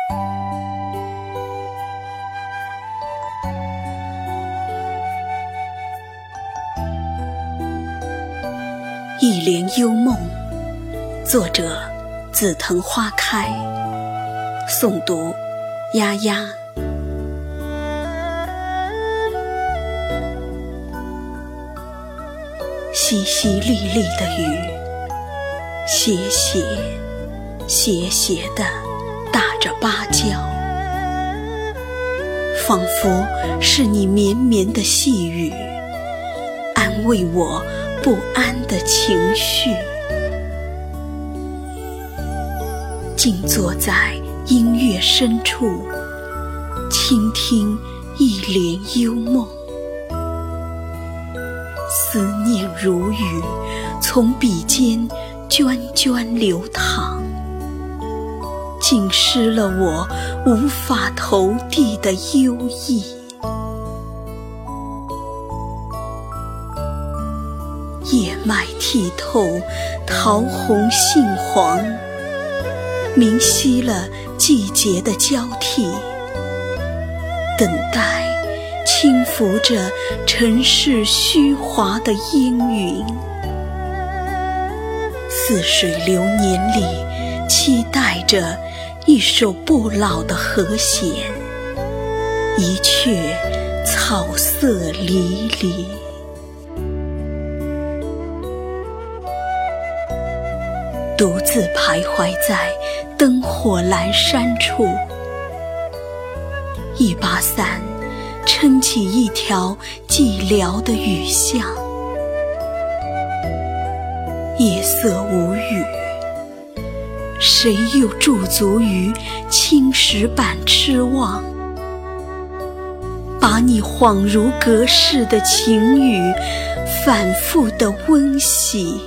一帘幽梦，作者紫藤花开，诵读丫丫。淅淅沥沥的雨，斜斜地打着芭蕉，仿佛是你绵绵的细语，安慰我不安的情绪。静坐在音乐深处，倾听一帘幽梦。思念如雨，从笔尖涓涓流淌，浸湿了我无法投递的忧意。叶脉剔透，桃红杏黄，明晰了季节的交替，等待轻拂着尘世虚华的烟云。似水流年里，期待着一首不老的和弦，一阙草色离离。独自徘徊在灯火阑珊处，一把伞撑起一条寂寥的雨巷。夜色无语，谁又驻足于青石板痴望，把你恍如隔世的情语反复地温习。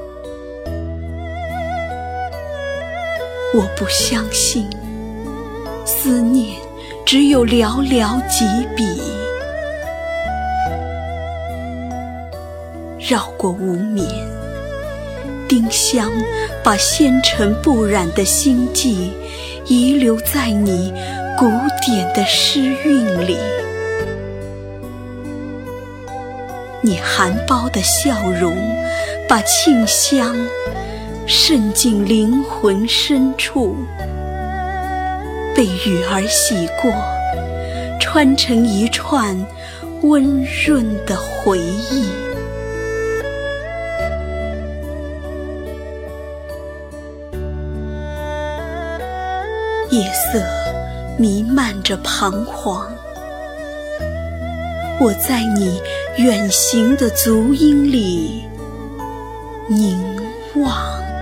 我不相信思念只有寥寥几笔，绕过无眠，丁香把纤尘不染的心迹遗留在你古典的诗韵里。你含苞的笑容把沁香渗进灵魂深处，被雨儿洗过，穿成一串温润的回忆。夜色弥漫着彷徨，我在你远行的足音里凝望。